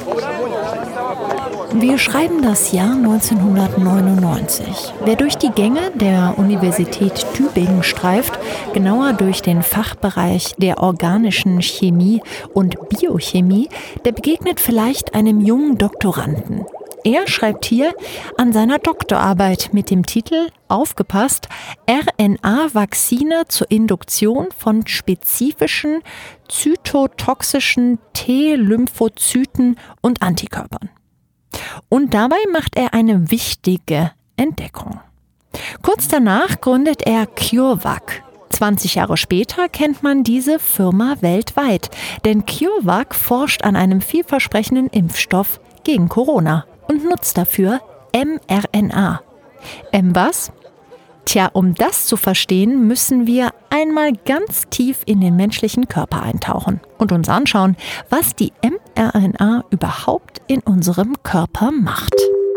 Wir schreiben das Jahr 1999. Wer durch die Gänge der Universität Tübingen streift, genauer durch den Fachbereich der organischen Chemie und Biochemie, der begegnet vielleicht einem jungen Doktoranden. Er schreibt hier an seiner Doktorarbeit mit dem Titel, aufgepasst, RNA-Vakzine zur Induktion von spezifischen zytotoxischen T-Lymphozyten und Antikörpern. Und dabei macht er eine wichtige Entdeckung. Kurz danach gründet er CureVac. 20 Jahre später kennt man diese Firma weltweit, denn CureVac forscht an einem vielversprechenden Impfstoff gegen Corona und nutzt dafür mRNA. Was? Tja, um das zu verstehen, müssen wir einmal ganz tief in den menschlichen Körper eintauchen und uns anschauen, was die mRNA überhaupt in unserem Körper macht.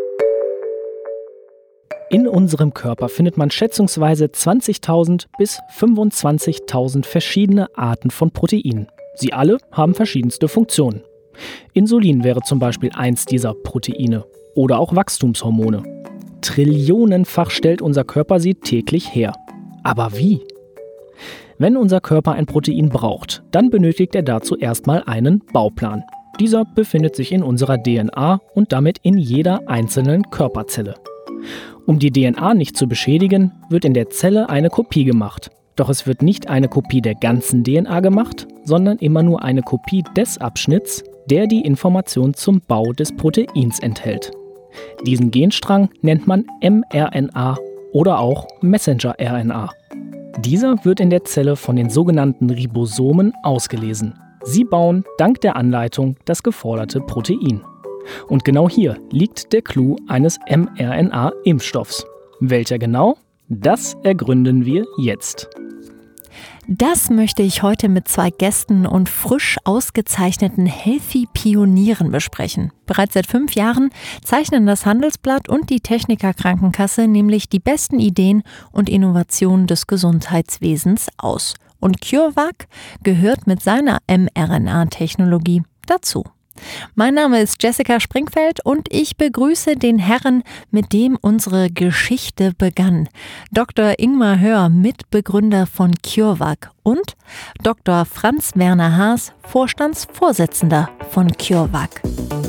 In unserem Körper findet man schätzungsweise 20.000 bis 25.000 verschiedene Arten von Proteinen. Sie alle haben verschiedenste Funktionen. Insulin wäre zum Beispiel eins dieser Proteine oder auch Wachstumshormone. Trillionenfach stellt unser Körper sie täglich her. Aber wie? Wenn unser Körper ein Protein braucht, dann benötigt er dazu erstmal einen Bauplan. Dieser befindet sich in unserer DNA und damit in jeder einzelnen Körperzelle. Um die DNA nicht zu beschädigen, wird in der Zelle eine Kopie gemacht. Doch es wird nicht eine Kopie der ganzen DNA gemacht, sondern immer nur eine Kopie des Abschnitts, der die Information zum Bau des Proteins enthält. Diesen Genstrang nennt man mRNA oder auch Messenger-RNA. Dieser wird in der Zelle von den sogenannten Ribosomen ausgelesen. Sie bauen dank der Anleitung das geforderte Protein. Und genau hier liegt der Clou eines mRNA-Impfstoffs. Welcher genau? Das ergründen wir jetzt. Das möchte ich heute mit 2 Gästen und frisch ausgezeichneten Healthy-Pionieren besprechen. Bereits seit 5 Jahren zeichnen das Handelsblatt und die Techniker Krankenkasse nämlich die besten Ideen und Innovationen des Gesundheitswesens aus. Und CureVac gehört mit seiner mRNA-Technologie dazu. Mein Name ist Jessica Springfeld und ich begrüße den Herren, mit dem unsere Geschichte begann. Dr. Ingmar Hör, Mitbegründer von CureVac und Dr. Franz Werner Haas, Vorstandsvorsitzender von CureVac.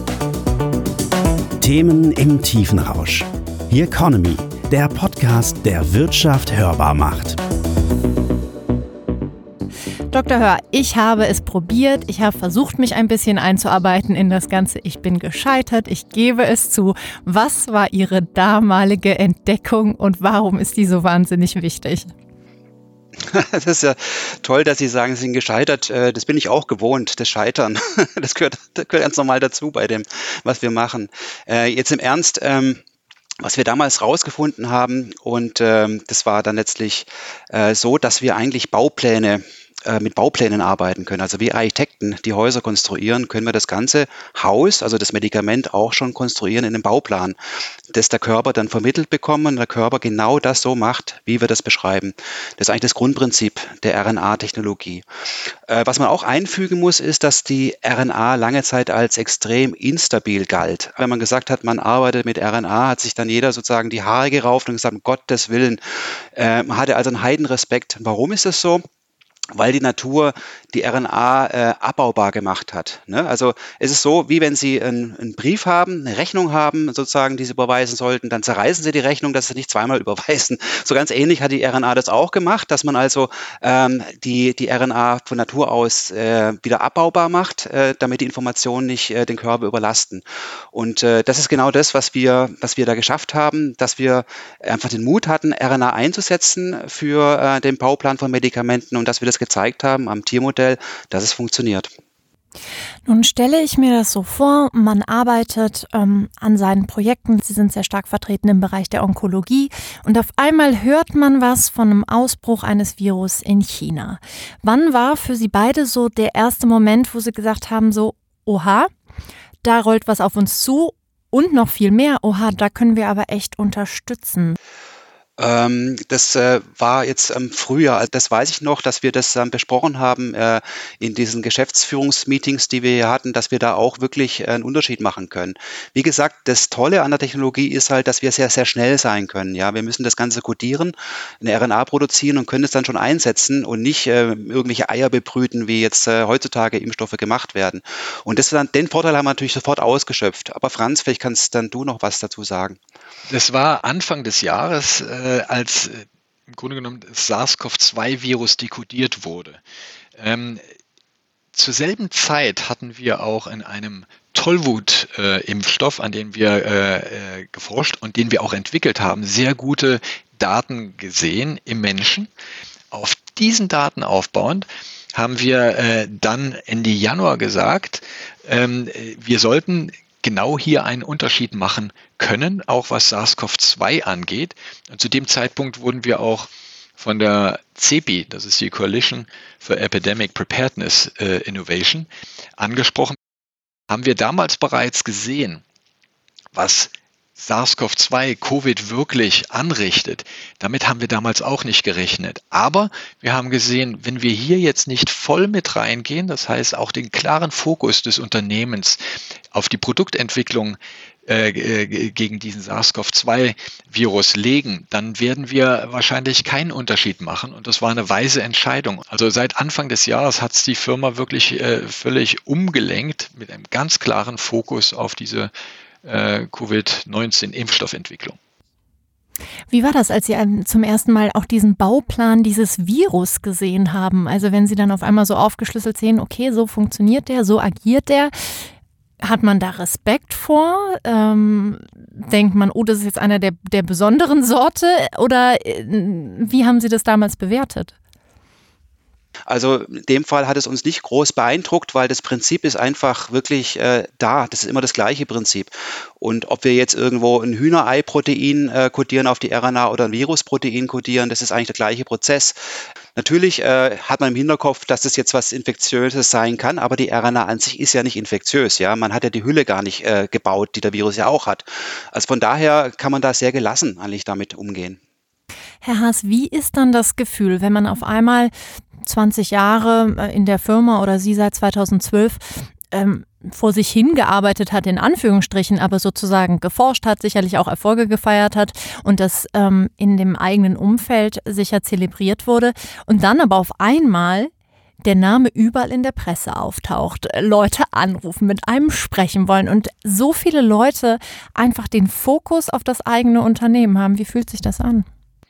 Themen im Tiefenrausch. The Economy, der Podcast, der Wirtschaft hörbar macht. Dr. Hör, ich habe es probiert, ich habe versucht, mich ein bisschen einzuarbeiten in das Ganze. Ich bin gescheitert, ich gebe es zu. Was war Ihre damalige Entdeckung und warum ist die so wahnsinnig wichtig? Das ist ja toll, dass Sie sagen, Sie sind gescheitert. Das bin ich auch gewohnt, das Scheitern. Das gehört ganz normal dazu bei dem, was wir machen. Jetzt im Ernst, was wir damals rausgefunden haben, und das war dann letztlich so, dass wir eigentlich mit Bauplänen arbeiten können. Also wie Architekten, die Häuser konstruieren, können wir das ganze Haus, also das Medikament auch schon konstruieren in einem Bauplan, das der Körper dann vermittelt bekommt und der Körper genau das so macht, wie wir das beschreiben. Das ist eigentlich das Grundprinzip der RNA-Technologie. Was man auch einfügen muss, ist, dass die RNA lange Zeit als extrem instabil galt. Wenn man gesagt hat, man arbeitet mit RNA, hat sich dann jeder sozusagen die Haare gerauft und gesagt, um Gottes Willen. Man hatte also einen Heidenrespekt. Warum ist das so? Weil die Natur die RNA abbaubar gemacht hat. Ne? Also es ist so, wie wenn Sie einen Brief haben, eine Rechnung haben, sozusagen, die Sie überweisen sollten, dann zerreißen Sie die Rechnung, dass Sie nicht zweimal überweisen. So ganz ähnlich hat die RNA das auch gemacht, dass man also die RNA von Natur aus wieder abbaubar macht, damit die Informationen nicht den Körper überlasten. Und das ist genau das, was wir da geschafft haben, dass wir einfach den Mut hatten, RNA einzusetzen für den Bauplan von Medikamenten und dass wir das gezeigt haben am Tiermodell, dass es funktioniert. Nun stelle ich mir das so vor, man arbeitet an seinen Projekten, Sie sind sehr stark vertreten im Bereich der Onkologie und auf einmal hört man was von einem Ausbruch eines Virus in China. Wann war für Sie beide so der erste Moment, wo Sie gesagt haben, so, oha, da rollt was auf uns zu und noch viel mehr, oha, da können wir aber echt unterstützen? Das war jetzt im Frühjahr. Das weiß ich noch, dass wir das besprochen haben in diesen Geschäftsführungsmeetings, die wir hier hatten, dass wir da auch wirklich einen Unterschied machen können. Wie gesagt, das Tolle an der Technologie ist halt, dass wir sehr, sehr schnell sein können. Ja, wir müssen das Ganze codieren, eine RNA produzieren und können es dann schon einsetzen und nicht irgendwelche Eier bebrüten, wie jetzt heutzutage Impfstoffe gemacht werden. Und den Vorteil haben wir natürlich sofort ausgeschöpft. Aber Franz, vielleicht kannst dann du noch was dazu sagen. Das war Anfang des Jahres, als im Grunde genommen das SARS-CoV-2-Virus dekodiert wurde. Zur selben Zeit hatten wir auch in einem Tollwut-Impfstoff, an dem wir geforscht und den wir auch entwickelt haben, sehr gute Daten gesehen im Menschen. Auf diesen Daten aufbauend haben wir dann Ende Januar gesagt, wir sollten genau hier einen Unterschied machen können, auch was SARS-CoV-2 angeht. Und zu dem Zeitpunkt wurden wir auch von der CEPI, das ist die Coalition for Epidemic Preparedness Innovation, angesprochen. Haben wir damals bereits gesehen, was SARS-CoV-2, Covid wirklich anrichtet. Damit haben wir damals auch nicht gerechnet. Aber wir haben gesehen, wenn wir hier jetzt nicht voll mit reingehen, das heißt auch den klaren Fokus des Unternehmens auf die Produktentwicklung gegen diesen SARS-CoV-2-Virus legen, dann werden wir wahrscheinlich keinen Unterschied machen. Und das war eine weise Entscheidung. Also seit Anfang des Jahres hat es die Firma wirklich völlig umgelenkt mit einem ganz klaren Fokus auf diese Covid-19-Impfstoffentwicklung. Wie war das, als Sie zum ersten Mal auch diesen Bauplan dieses Virus gesehen haben? Also wenn Sie dann auf einmal so aufgeschlüsselt sehen, okay, so funktioniert der, so agiert der. Hat man da Respekt vor? Denkt man, oh, das ist jetzt einer der besonderen Sorte? Oder wie haben Sie das damals bewertet? Also in dem Fall hat es uns nicht groß beeindruckt, weil das Prinzip ist einfach wirklich da. Das ist immer das gleiche Prinzip. Und ob wir jetzt irgendwo ein Hühnerei-Protein kodieren auf die RNA oder ein Virusprotein kodieren, das ist eigentlich der gleiche Prozess. Natürlich hat man im Hinterkopf, dass das jetzt was Infektiöses sein kann, aber die RNA an sich ist ja nicht infektiös. Ja? Man hat ja die Hülle gar nicht gebaut, die der Virus ja auch hat. Also von daher kann man da sehr gelassen eigentlich damit umgehen. Herr Haas, wie ist dann das Gefühl, wenn man auf einmal 20 Jahre in der Firma oder Sie seit 2012 vor sich hingearbeitet hat, in Anführungsstrichen, aber sozusagen geforscht hat, sicherlich auch Erfolge gefeiert hat und das in dem eigenen Umfeld sicher zelebriert wurde und dann aber auf einmal der Name überall in der Presse auftaucht, Leute anrufen, mit einem sprechen wollen und so viele Leute einfach den Fokus auf das eigene Unternehmen haben. Wie fühlt sich das an?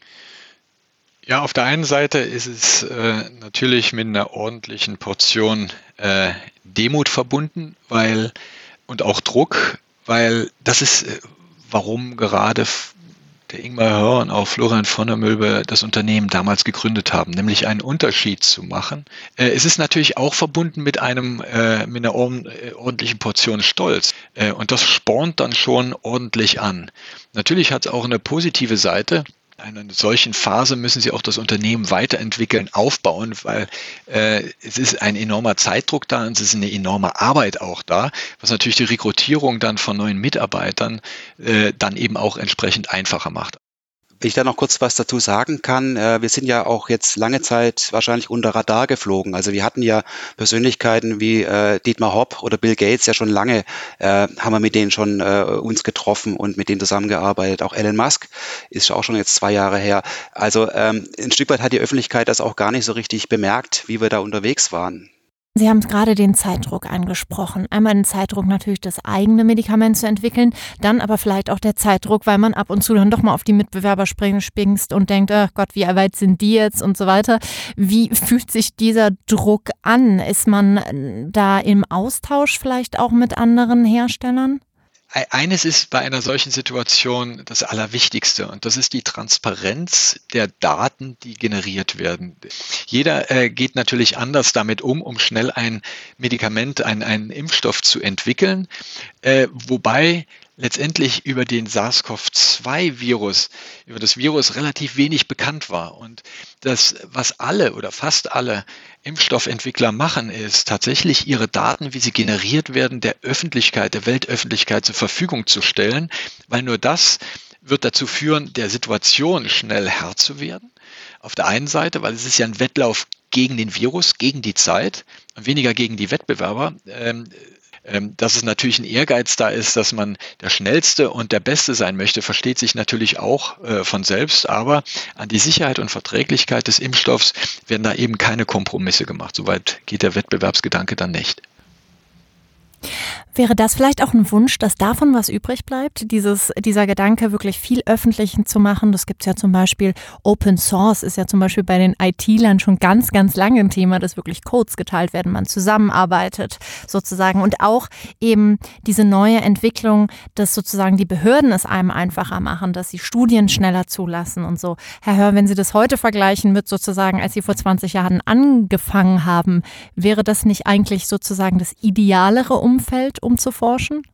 Ja, auf der einen Seite ist es natürlich mit einer ordentlichen Portion Demut verbunden, und auch Druck, weil das ist, warum gerade der Ingmar Hörr und auch Florian von der Mülbe das Unternehmen damals gegründet haben, nämlich einen Unterschied zu machen. Es ist natürlich auch verbunden mit einer ordentlichen Portion Stolz und das spornt dann schon ordentlich an. Natürlich hat es auch eine positive Seite. In einer solchen Phase müssen Sie auch das Unternehmen weiterentwickeln, aufbauen, weil es ist ein enormer Zeitdruck da und es ist eine enorme Arbeit auch da, was natürlich die Rekrutierung dann von neuen Mitarbeitern dann eben auch entsprechend einfacher macht. Wenn ich da noch kurz was dazu sagen kann, wir sind ja auch jetzt lange Zeit wahrscheinlich unter Radar geflogen. Also wir hatten ja Persönlichkeiten wie Dietmar Hopp oder Bill Gates ja schon lange, haben wir mit denen schon uns getroffen und mit denen zusammengearbeitet. Auch Elon Musk ist auch schon jetzt 2 Jahre her. Also ein Stück weit hat die Öffentlichkeit das auch gar nicht so richtig bemerkt, wie wir da unterwegs waren. Sie haben gerade den Zeitdruck angesprochen. Einmal den Zeitdruck natürlich, das eigene Medikament zu entwickeln, dann aber vielleicht auch der Zeitdruck, weil man ab und zu dann doch mal auf die Mitbewerber springst und denkt, ach Gott, wie weit sind die jetzt und so weiter. Wie fühlt sich dieser Druck an? Ist man da im Austausch vielleicht auch mit anderen Herstellern? Eines ist bei einer solchen Situation das Allerwichtigste und das ist die Transparenz der Daten, die generiert werden. Jeder geht natürlich anders damit um schnell ein Medikament, einen Impfstoff zu entwickeln, wobei letztendlich über den SARS-CoV-2-Virus, über das Virus relativ wenig bekannt war. Und das, was alle oder fast alle Impfstoffentwickler machen, ist tatsächlich ihre Daten, wie sie generiert werden, der Weltöffentlichkeit zur Verfügung zu stellen, weil nur das wird dazu führen, der Situation schnell Herr zu werden. Auf der einen Seite, weil es ist ja ein Wettlauf gegen den Virus, gegen die Zeit und weniger gegen die Wettbewerber. Dass es natürlich ein Ehrgeiz da ist, dass man der Schnellste und der Beste sein möchte, versteht sich natürlich auch von selbst. Aber an die Sicherheit und Verträglichkeit des Impfstoffs werden da eben keine Kompromisse gemacht. Soweit geht der Wettbewerbsgedanke dann nicht. Wäre das vielleicht auch ein Wunsch, dass davon was übrig bleibt? Dieser Gedanke, wirklich viel öffentlich zu machen. Das gibt es ja zum Beispiel, Open Source ist ja zum Beispiel bei den IT-Lern schon ganz, ganz lange ein Thema, dass wirklich Codes geteilt werden, man zusammenarbeitet sozusagen. Und auch eben diese neue Entwicklung, dass sozusagen die Behörden es einem einfacher machen, dass sie Studien schneller zulassen und so. Herr Hör, wenn Sie das heute vergleichen mit sozusagen, als Sie vor 20 Jahren angefangen haben, wäre das nicht eigentlich sozusagen das idealere Umfeld, um zu forschen?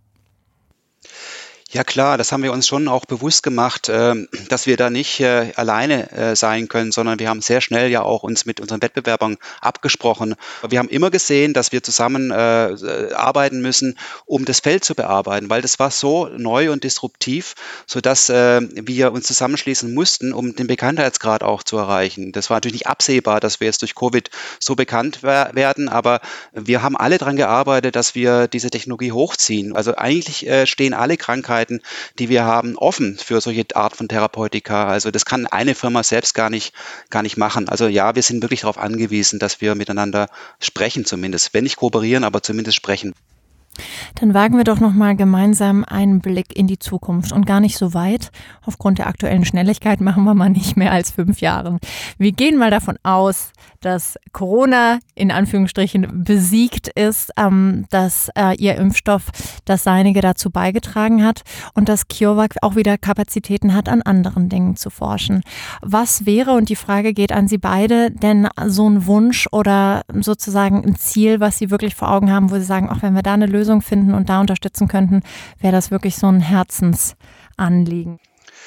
Ja klar, das haben wir uns schon auch bewusst gemacht, dass wir da nicht alleine sein können, sondern wir haben sehr schnell ja auch uns mit unseren Wettbewerbern abgesprochen. Wir haben immer gesehen, dass wir zusammen arbeiten müssen, um das Feld zu bearbeiten, weil das war so neu und disruptiv, sodass wir uns zusammenschließen mussten, um den Bekanntheitsgrad auch zu erreichen. Das war natürlich nicht absehbar, dass wir jetzt durch Covid so bekannt werden, aber wir haben alle daran gearbeitet, dass wir diese Technologie hochziehen. Also eigentlich stehen alle Krankheiten, die wir haben, offen für solche Art von Therapeutika. Also das kann eine Firma selbst gar nicht machen. Also ja, wir sind wirklich darauf angewiesen, dass wir miteinander sprechen zumindest. Wenn nicht kooperieren, aber zumindest sprechen. Dann wagen wir doch nochmal gemeinsam einen Blick in die Zukunft und gar nicht so weit. Aufgrund der aktuellen Schnelligkeit machen wir mal nicht mehr als 5 Jahre. Wir gehen mal davon aus, dass Corona in Anführungsstrichen besiegt ist, dass Ihr Impfstoff das Seinige dazu beigetragen hat und dass CureVac auch wieder Kapazitäten hat, an anderen Dingen zu forschen. Was wäre, und die Frage geht an Sie beide, denn so ein Wunsch oder sozusagen ein Ziel, was Sie wirklich vor Augen haben, wo Sie sagen, auch wenn wir da eine Lösung finden und da unterstützen könnten, wäre das wirklich so ein Herzensanliegen?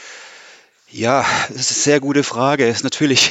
Ja, das ist eine sehr gute Frage. Es ist natürlich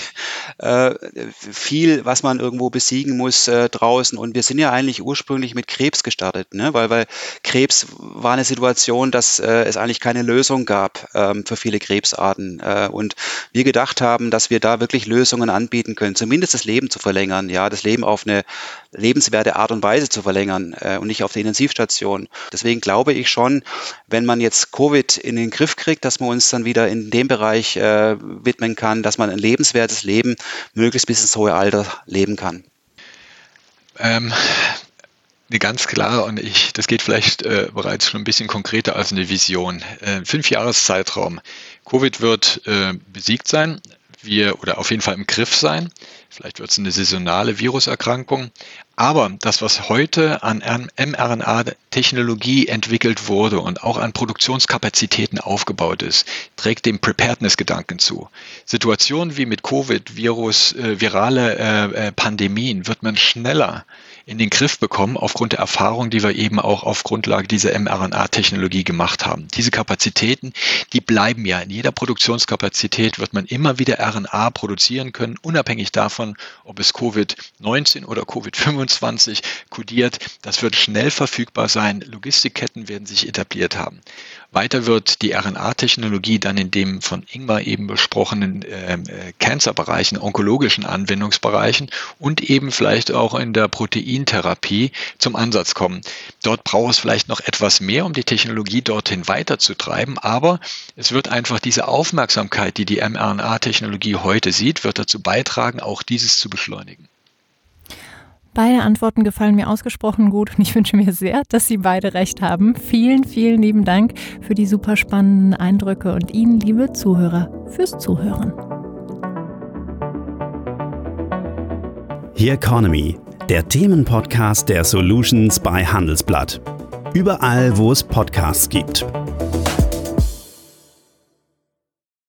viel, was man irgendwo besiegen muss draußen. Und wir sind ja eigentlich ursprünglich mit Krebs gestartet, ne? Weil Krebs war eine Situation, dass es eigentlich keine Lösung gab für viele Krebsarten. Und wir gedacht haben, dass wir da wirklich Lösungen anbieten können, zumindest das Leben zu verlängern, ja, das Leben auf eine lebenswerte Art und Weise zu verlängern und nicht auf der Intensivstation. Deswegen glaube ich schon, wenn man jetzt Covid in den Griff kriegt, dass man uns dann wieder in dem Bereich widmen kann, dass man ein lebenswertes Leben möglichst bis ins hohe Alter leben kann. Ganz klar, und das geht vielleicht bereits schon ein bisschen konkreter als eine Vision. 5-Jahres-Zeitraum. Covid wird besiegt sein, oder auf jeden Fall im Griff sein. Vielleicht wird es eine saisonale Viruserkrankung. Aber das, was heute an mRNA-Technologie entwickelt wurde und auch an Produktionskapazitäten aufgebaut ist, trägt dem Preparedness-Gedanken zu. Situationen wie mit Covid, virale Pandemien wird man schneller in den Griff bekommen, aufgrund der Erfahrung, die wir eben auch auf Grundlage dieser mRNA-Technologie gemacht haben. Diese Kapazitäten, die bleiben ja. In jeder Produktionskapazität wird man immer wieder RNA produzieren können, unabhängig davon, ob es Covid-19 oder Covid-25 kodiert. Das wird schnell verfügbar sein. Logistikketten werden sich etabliert haben. Weiter wird die RNA-Technologie dann in dem von Ingmar eben besprochenen Cancer-Bereichen, onkologischen Anwendungsbereichen und eben vielleicht auch in der Proteintherapie zum Ansatz kommen. Dort braucht es vielleicht noch etwas mehr, um die Technologie dorthin weiterzutreiben, aber es wird einfach diese Aufmerksamkeit, die die mRNA-Technologie heute sieht, wird dazu beitragen, auch dieses zu beschleunigen. Beide Antworten gefallen mir ausgesprochen gut und ich wünsche mir sehr, dass Sie beide recht haben. Vielen, vielen lieben Dank für die super spannenden Eindrücke und Ihnen, liebe Zuhörer, fürs Zuhören. The Economy, der Themenpodcast der Solutions bei Handelsblatt. Überall, wo es Podcasts gibt.